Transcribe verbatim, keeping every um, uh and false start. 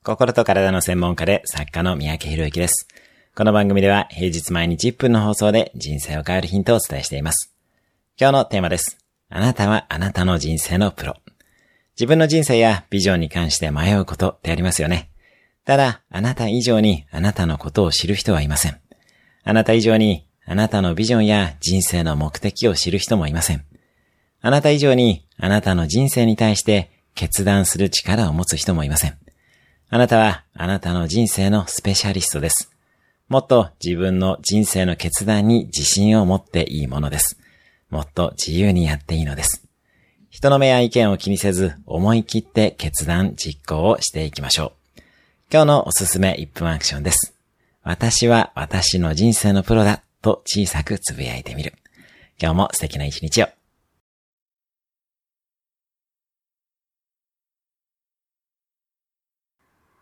心と体の専門家で作家の三宅宏之です。この番組では平日毎日いっぷんの放送で人生を変えるヒントをお伝えしています。今日のテーマです。あなたはあなたの人生のプロ。自分の人生やビジョンに関して迷うことってありますよね。ただ、あなた以上にあなたのことを知る人はいません。あなた以上にあなたのビジョンや人生の目的を知る人もいません。あなた以上にあなたの人生に対して決断する力を持つ人もいません。あなたはあなたの人生のスペシャリストです。もっと自分の人生の決断に自信を持っていいものです。もっと自由にやっていいのです。人の目や意見を気にせず思い切って決断実行をしていきましょう。今日のおすすめいっぷんアクションです。私は私の人生のプロだと小さくつぶやいてみる。今日も素敵な一日を。